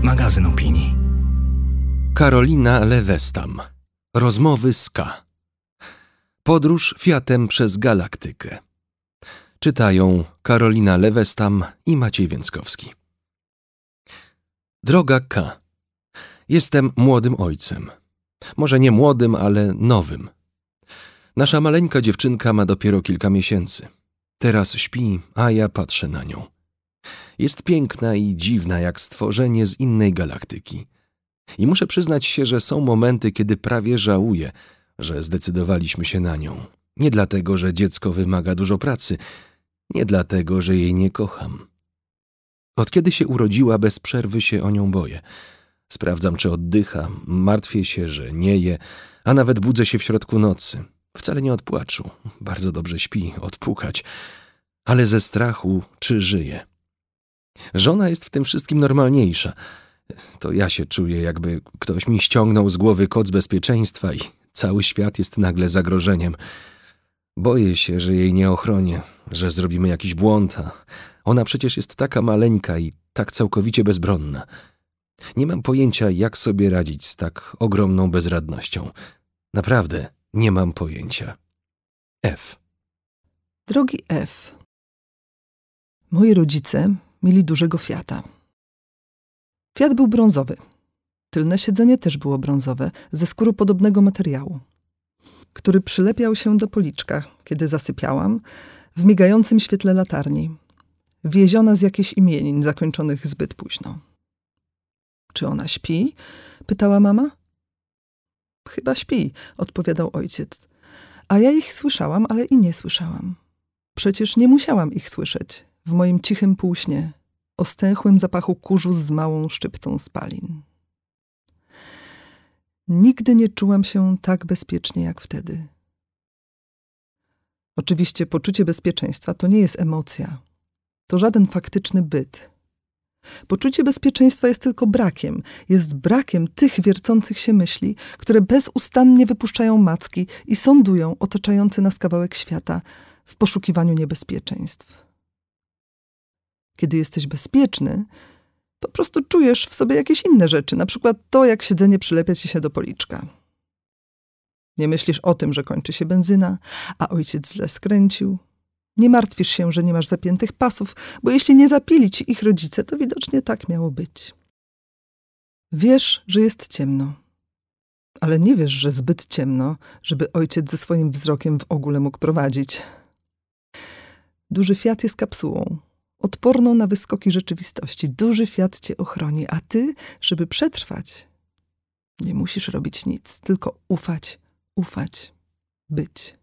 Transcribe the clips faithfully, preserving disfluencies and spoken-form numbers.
magazyn opinii. Karolina Lewestam. Rozmowy z K. Podróż Fiatem przez galaktykę. Czytają Karolina Lewestam i Maciej Więckowski. Droga K. Jestem młodym ojcem. Może nie młodym, ale nowym. Nasza maleńka dziewczynka ma dopiero kilka miesięcy. Teraz śpi, a ja patrzę na nią. Jest piękna i dziwna jak stworzenie z innej galaktyki. I muszę przyznać się, że są momenty, kiedy prawie żałuję, że zdecydowaliśmy się na nią. Nie dlatego, że dziecko wymaga dużo pracy, nie dlatego, że jej nie kocham. Od kiedy się urodziła, bez przerwy się o nią boję. Sprawdzam, czy oddycha, martwię się, że nie je, a nawet budzę się w środku nocy. Wcale nie od płaczu, bardzo dobrze śpi, odpukać, ale ze strachu, czy żyje. Żona jest w tym wszystkim normalniejsza. To ja się czuję, jakby ktoś mi ściągnął z głowy koc bezpieczeństwa i cały świat jest nagle zagrożeniem. Boję się, że jej nie ochronię, że zrobimy jakiś błąd, a ona przecież jest taka maleńka i tak całkowicie bezbronna. Nie mam pojęcia, jak sobie radzić z tak ogromną bezradnością. Naprawdę nie mam pojęcia. F. Drogi F. Moi rodzice mieli dużego Fiata. Fiat był brązowy. Tylne siedzenie też było brązowe, ze skóropodobnego materiału, który przylepiał się do policzka, kiedy zasypiałam, w migającym świetle latarni, wieziona z jakichś imienin zakończonych zbyt późno. Czy ona śpi? Pytała mama. Chyba śpi, odpowiadał ojciec. A ja ich słyszałam, ale i nie słyszałam. Przecież nie musiałam ich słyszeć w moim cichym półśnie, o stęchłym zapachu kurzu z małą szczyptą spalin. Nigdy nie czułam się tak bezpiecznie jak wtedy. Oczywiście poczucie bezpieczeństwa to nie jest emocja. To żaden faktyczny byt. Poczucie bezpieczeństwa jest tylko brakiem. Jest brakiem tych wiercących się myśli, które bezustannie wypuszczają macki i sądują otaczający nas kawałek świata w poszukiwaniu niebezpieczeństw. Kiedy jesteś bezpieczny, po prostu czujesz w sobie jakieś inne rzeczy, na przykład to, jak siedzenie przylepia ci się do policzka. Nie myślisz o tym, że kończy się benzyna, a ojciec źle skręcił. Nie martwisz się, że nie masz zapiętych pasów, bo jeśli nie zapili ci ich rodzice, to widocznie tak miało być. Wiesz, że jest ciemno, ale nie wiesz, że zbyt ciemno, żeby ojciec ze swoim wzrokiem w ogóle mógł prowadzić. Duży Fiat jest kapsułą, odporną na wyskoki rzeczywistości. Duży Fiat cię ochroni, a ty, żeby przetrwać, nie musisz robić nic, tylko ufać, ufać, być.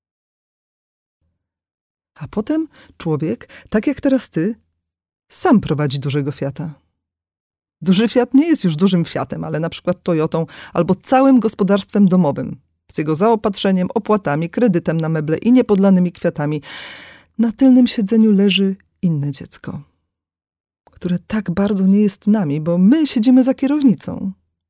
A potem człowiek, tak jak teraz ty, sam prowadzi dużego Fiata. Duży Fiat nie jest już dużym Fiatem, ale na przykład Toyotą albo całym gospodarstwem domowym, z jego zaopatrzeniem, opłatami, kredytem na meble i niepodlanymi kwiatami. Na tylnym siedzeniu leży inne dziecko, które tak bardzo nie jest nami, bo my siedzimy za kierownicą.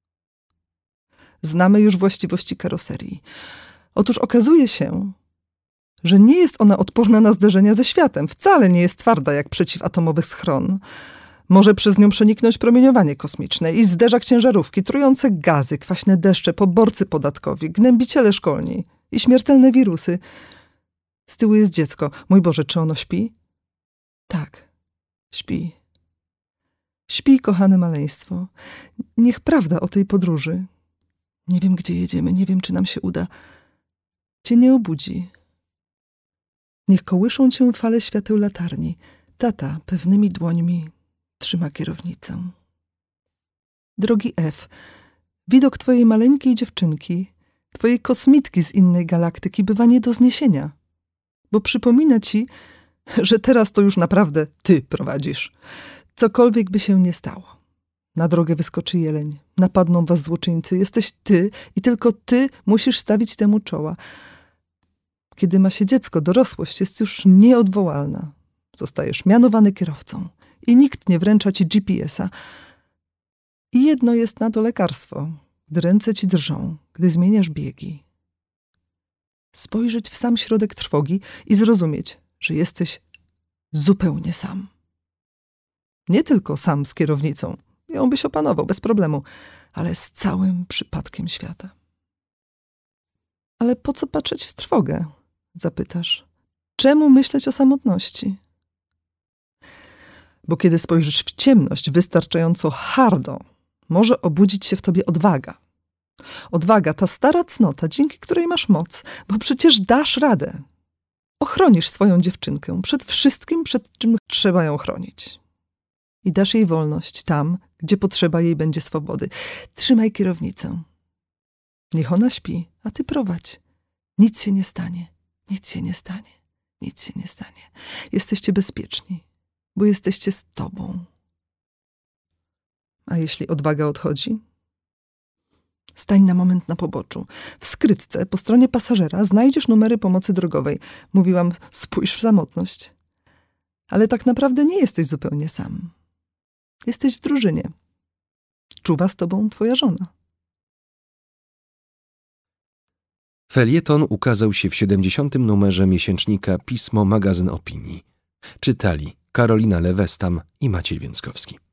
Znamy już właściwości karoserii. Otóż okazuje się, że nie jest ona odporna na zderzenia ze światem. Wcale nie jest twarda jak przeciwatomowy schron. Może przez nią przeniknąć promieniowanie kosmiczne i zderzak ciężarówki, trujące gazy, kwaśne deszcze, poborcy podatkowi, gnębiciele szkolni i śmiertelne wirusy. Z tyłu jest dziecko. Mój Boże, czy ono śpi? Tak, śpi. Śpi, kochane maleństwo. Niech prawda o tej podróży, nie wiem, gdzie jedziemy, nie wiem, czy nam się uda, cię nie obudzi. Niech kołyszą cię fale świateł latarni. Tata pewnymi dłońmi trzyma kierownicę. Drogi F, widok twojej maleńkiej dziewczynki, twojej kosmitki z innej galaktyki bywa nie do zniesienia, bo przypomina ci, że teraz to już naprawdę ty prowadzisz. Cokolwiek by się nie stało. Na drogę wyskoczy jeleń, napadną was złoczyńcy. Jesteś ty i tylko ty musisz stawić temu czoła. Kiedy ma się dziecko, dorosłość jest już nieodwołalna. Zostajesz mianowany kierowcą i nikt nie wręcza ci G P S a. I jedno jest na to lekarstwo, gdy ręce ci drżą, gdy zmieniasz biegi. Spojrzeć w sam środek trwogi i zrozumieć, że jesteś zupełnie sam. Nie tylko sam z kierownicą, ją byś opanował bez problemu, ale z całym przypadkiem świata. Ale po co patrzeć w trwogę? Zapytasz. Czemu myśleć o samotności? Bo kiedy spojrzysz w ciemność wystarczająco hardo, może obudzić się w tobie odwaga. Odwaga, ta stara cnota, dzięki której masz moc, bo przecież dasz radę. Ochronisz swoją dziewczynkę przed wszystkim, przed czym trzeba ją chronić. I dasz jej wolność tam, gdzie potrzeba jej będzie swobody. Trzymaj kierownicę. Niech ona śpi, a ty prowadź. Nic się nie stanie, nic się nie stanie, nic się nie stanie. Jesteście bezpieczni, bo jesteście z tobą. A jeśli odwaga odchodzi? Stań na moment na poboczu. W skrytce po stronie pasażera znajdziesz numery pomocy drogowej. Mówiłam, spójrz w samotność. Ale tak naprawdę nie jesteś zupełnie sam. Jesteś w drużynie. Czuwa z tobą twoja żona. Felieton ukazał się w siedemdziesiątym numerze miesięcznika Pismo Magazyn Opinii. Czytali Karolina Lewestam i Maciej Więckowski.